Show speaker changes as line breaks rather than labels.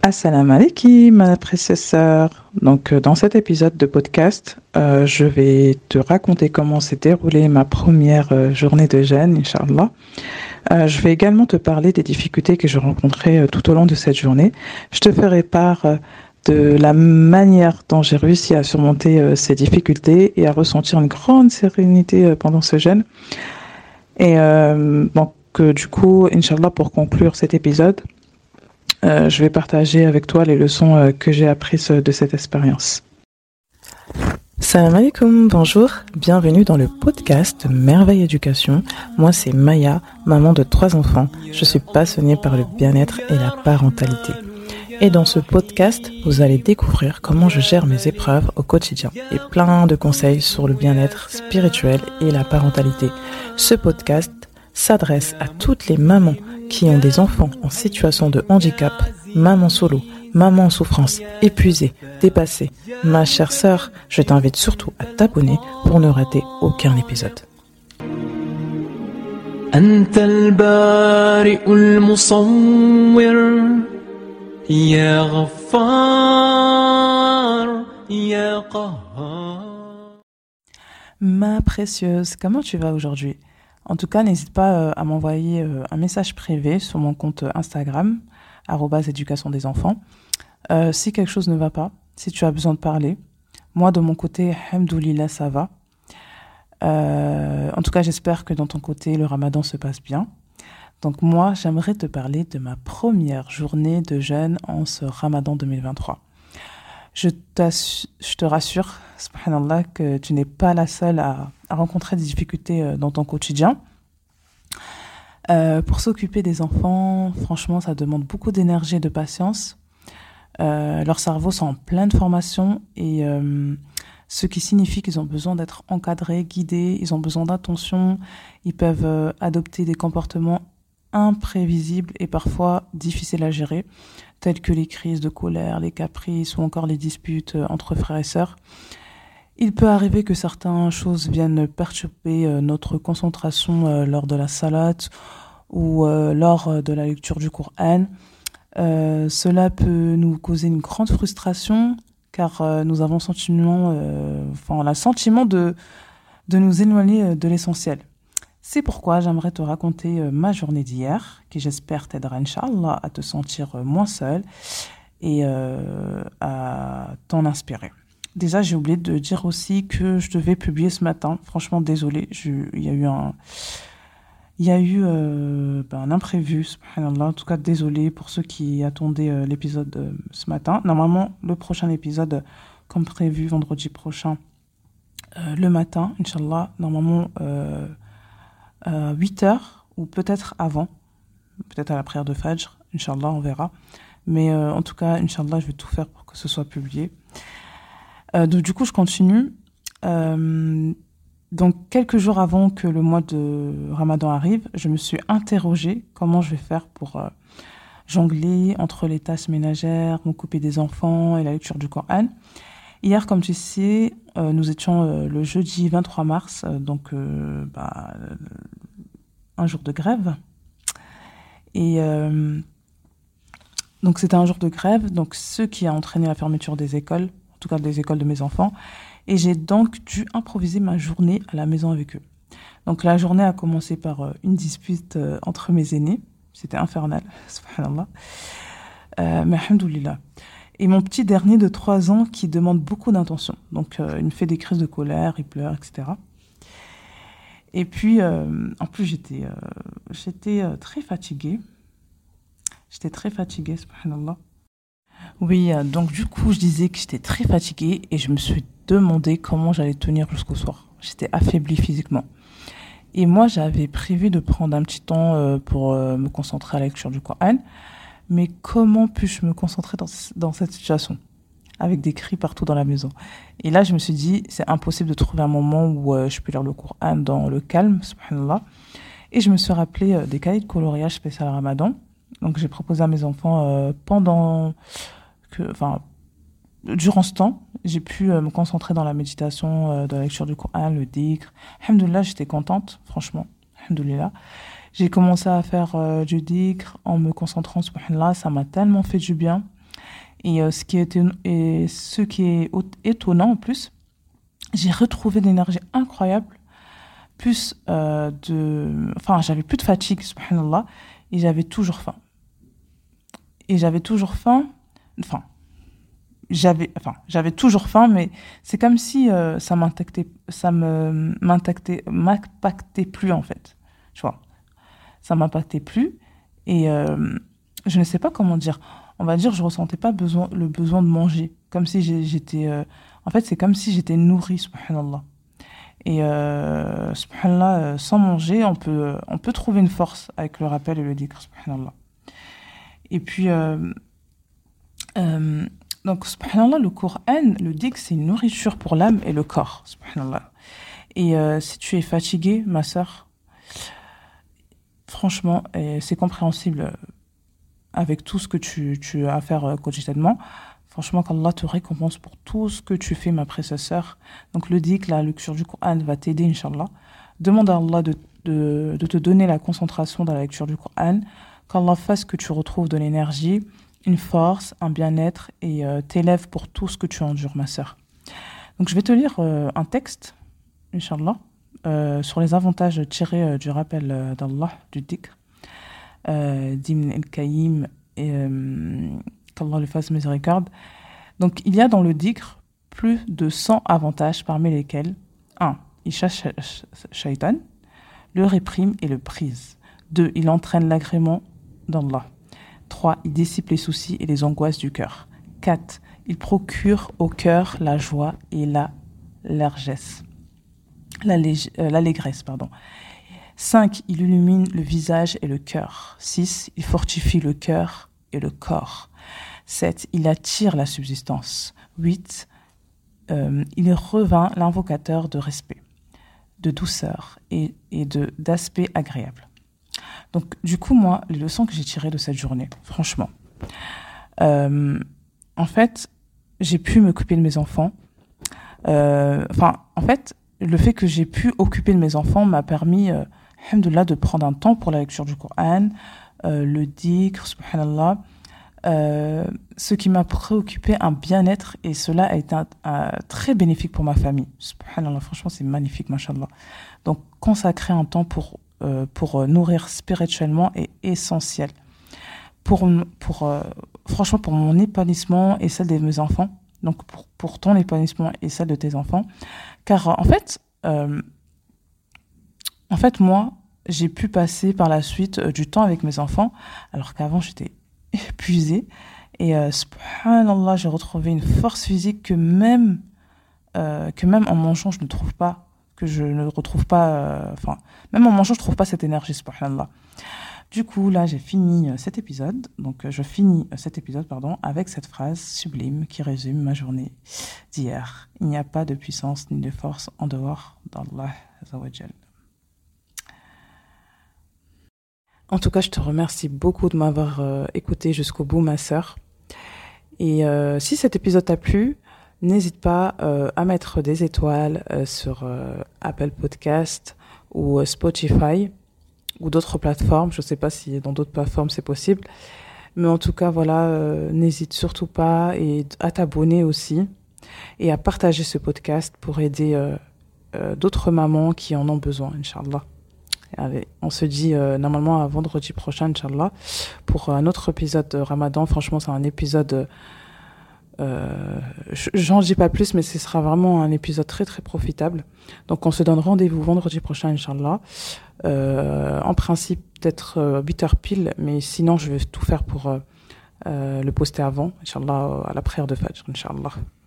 Assalamu alaikum, ma précieuse sœur. Dans cet épisode de podcast, je vais te raconter comment s'est déroulée ma première journée de jeûne, Inch'Allah. Je vais également te parler des difficultés que je rencontrais tout au long de cette journée. Je te ferai part de la manière dont j'ai réussi à surmonter ces difficultés et à ressentir une grande sérénité pendant ce jeûne. Et du coup, Inch'Allah, pour conclure cet épisode, je vais partager avec toi les leçons que j'ai apprises de cette expérience.
Salam alaikum, bonjour, bienvenue dans le podcast Merveille Éducation. Moi c'est Maya, maman de 3 enfants. Je suis passionnée par le bien-être et la parentalité. Et dans ce podcast, vous allez découvrir comment je gère mes épreuves au quotidien et plein de conseils sur le bien-être spirituel et la parentalité. Ce podcast s'adresse à toutes les mamans qui ont des enfants en situation de handicap, maman solo, maman en souffrance, épuisée, dépassée. Ma chère sœur, je t'invite surtout à t'abonner pour ne rater aucun épisode.
أنت البارئ المصور يا غفار يا قهار.
Ma précieuse, comment tu vas aujourd'hui ? En tout cas, n'hésite pas à m'envoyer un message privé sur mon compte Instagram, @éducation des enfants. Si quelque chose ne va pas, si tu as besoin de parler, moi de mon côté, alhamdoulilah, ça va. En tout cas, j'espère que dans ton côté, le ramadan se passe bien. Donc moi, j'aimerais te parler de ma première journée de jeûne en ce ramadan 2023. Je te rassure, subhanallah, que tu n'es pas la seule à rencontrer des difficultés dans ton quotidien. Pour s'occuper des enfants, franchement, ça demande beaucoup d'énergie et de patience. Leurs cerveaux sont en pleine formation et ce qui signifie qu'ils ont besoin d'être encadrés, guidés, ils ont besoin d'attention, ils peuvent adopter des comportements imprévisibles et parfois difficiles à gérer, tels que les crises de colère, les caprices ou encore les disputes entre frères et sœurs. Il peut arriver que certaines choses viennent perturber notre concentration lors de la salate ou lors de la lecture du Coran. Cela peut nous causer une grande frustration car nous avons le sentiment de nous éloigner de l'essentiel. C'est pourquoi j'aimerais te raconter ma journée d'hier, qui j'espère t'aidera, Inch'Allah, à te sentir moins seule et à t'en inspirer. Déjà, j'ai oublié de dire aussi que je devais publier ce matin. Franchement, désolée, il y a eu un imprévu, subhanallah. En tout cas, désolée pour ceux qui attendaient l'épisode ce matin. Normalement, le prochain épisode, comme prévu, vendredi prochain, le matin, Inch'Allah, normalement... 8h ou peut-être avant, peut-être à la prière de Fajr, Inch'Allah, on verra. Mais en tout cas, Inch'Allah, je vais tout faire pour que ce soit publié. Donc du coup, je continue. Donc quelques jours avant que le mois de Ramadan arrive, je me suis interrogée comment je vais faire pour jongler entre les tâches ménagères, m'occuper des enfants et la lecture du Coran. Hier, comme tu sais, nous étions le jeudi 23 mars, un jour de grève. Et donc c'était un jour de grève, donc ce qui a entraîné la fermeture des écoles, en tout cas des écoles de mes enfants. Et j'ai donc dû improviser ma journée à la maison avec eux. Donc la journée a commencé par une dispute entre mes aînés. C'était infernal, subhanallah. Mais alhamdoulilah. Et mon petit dernier de 3 ans qui demande beaucoup d'intention. Donc, il me fait des crises de colère, il pleure, etc. Et puis, en plus, j'étais très fatiguée. J'étais très fatiguée, subhanallah. Oui, donc du coup, je disais que j'étais très fatiguée et je me suis demandé comment j'allais tenir jusqu'au soir. J'étais affaiblie physiquement. Et moi, j'avais prévu de prendre un petit temps pour me concentrer à la lecture du Coran. Mais comment puis-je me concentrer dans cette situation avec des cris partout dans la maison? Et là, je me suis dit, c'est impossible de trouver un moment où je peux lire le Coran dans le calme, subhanallah. Et je me suis rappelé des cahiers de coloriage spécial Ramadan. Donc, j'ai proposé à mes enfants durant ce temps, j'ai pu me concentrer dans la méditation, dans la lecture du Coran, le dhikr. Alhamdoulilah, j'étais contente, franchement. Alhamdoulilah. J'ai commencé à faire du dhikr en me concentrant, subhanallah, ça m'a tellement fait du bien. Et ce qui est étonnant en plus, j'ai retrouvé de l'énergie incroyable, j'avais plus de fatigue, subhanallah, et j'avais toujours faim. J'avais toujours faim, mais c'est comme si ça m'impactait plus en fait. Tu vois, ça m'impactait plus et je ne sais pas comment dire. On va dire, je ressentais pas le besoin de manger, comme si j'étais. En fait, c'est comme si j'étais nourrie, subhanallah. Et subhanallah, sans manger, on peut trouver une force avec le rappel et le dhikr, subhanallah. Et puis, donc, subhanallah, le Coran, le dhikr, c'est une nourriture pour l'âme et le corps, subhanallah. Et si tu es fatigué, ma sœur, franchement, c'est compréhensible avec tout ce que tu as à faire quotidiennement. Franchement, qu'Allah te récompense pour tout ce que tu fais, ma précieuse sœur. Donc, le dhikr, la lecture du Coran va t'aider, Inch'Allah. Demande à Allah de te donner la concentration dans la lecture du Coran, qu'Allah fasse que tu retrouves de l'énergie, une force, un bien-être et t'élève pour tout ce que tu endures, ma sœur. Donc, je vais te lire un texte, Inch'Allah, sur les avantages tirés du rappel d'Allah, du dhikr, d'Ibn al-Qayyim et qu'Allah lui fasse miséricorde. Donc, il y a dans le dhikr plus de 100 avantages, parmi lesquels 1. Il chasse Shaitan, le réprime et le prise. 2. Il entraîne l'agrément d'Allah. 3. Il dissipe les soucis et les angoisses du cœur. 4. Il procure au cœur la joie et l'allégresse. 5. Il illumine le visage et le cœur. 6. Il fortifie le cœur et le corps. 7. Il attire la subsistance. 8. Il revint l'invocateur de respect, de douceur et d'aspect agréable. Donc, du coup, moi, les leçons que j'ai tirées de cette journée, franchement, en fait, j'ai pu m'occuper de mes enfants. Le fait que j'ai pu occuper de mes enfants m'a permis, alhamdoulilah, de prendre un temps pour la lecture du Coran, le dhikr, subhanallah, ce qui m'a préoccupé un bien-être, et cela a été très bénéfique pour ma famille. Subhanallah, franchement, c'est magnifique, mashallah. Donc, consacrer un temps pour nourrir spirituellement est essentiel. Franchement, pour mon épanouissement et celle de mes enfants, donc pour ton épanouissement et celle de tes enfants. Car en fait, moi, j'ai pu passer par la suite du temps avec mes enfants, alors qu'avant, j'étais épuisée. Et subhanallah, j'ai retrouvé une force physique que même en mangeant, je ne retrouve pas. Même en mangeant, je ne trouve pas cette énergie, subhanallah. Du coup, là, j'ai fini cet épisode. Donc, je finis cet épisode, avec cette phrase sublime qui résume ma journée d'hier. Il n'y a pas de puissance ni de force en dehors d'Allah Azza wa Jal. En tout cas, je te remercie beaucoup de m'avoir écouté jusqu'au bout, ma sœur. Et si cet épisode t'a plu, n'hésite pas à mettre des étoiles sur Apple Podcast ou Spotify ou d'autres plateformes. Je ne sais pas si dans d'autres plateformes c'est possible. Mais en tout cas, voilà, n'hésite surtout pas à t'abonner aussi et à partager ce podcast pour aider d'autres mamans qui en ont besoin, Inch'Allah. Allez, on se dit normalement à vendredi prochain, Inch'Allah, pour un autre épisode de Ramadan. Franchement, c'est un épisode... j'en dis pas plus, mais ce sera vraiment un épisode très très profitable. Donc on se donne rendez-vous vendredi prochain, Inch'Allah. En principe, peut-être 8h pile, mais sinon je vais tout faire pour le poster avant, Inch'Allah, à la prière de Fajr, Inch'Allah.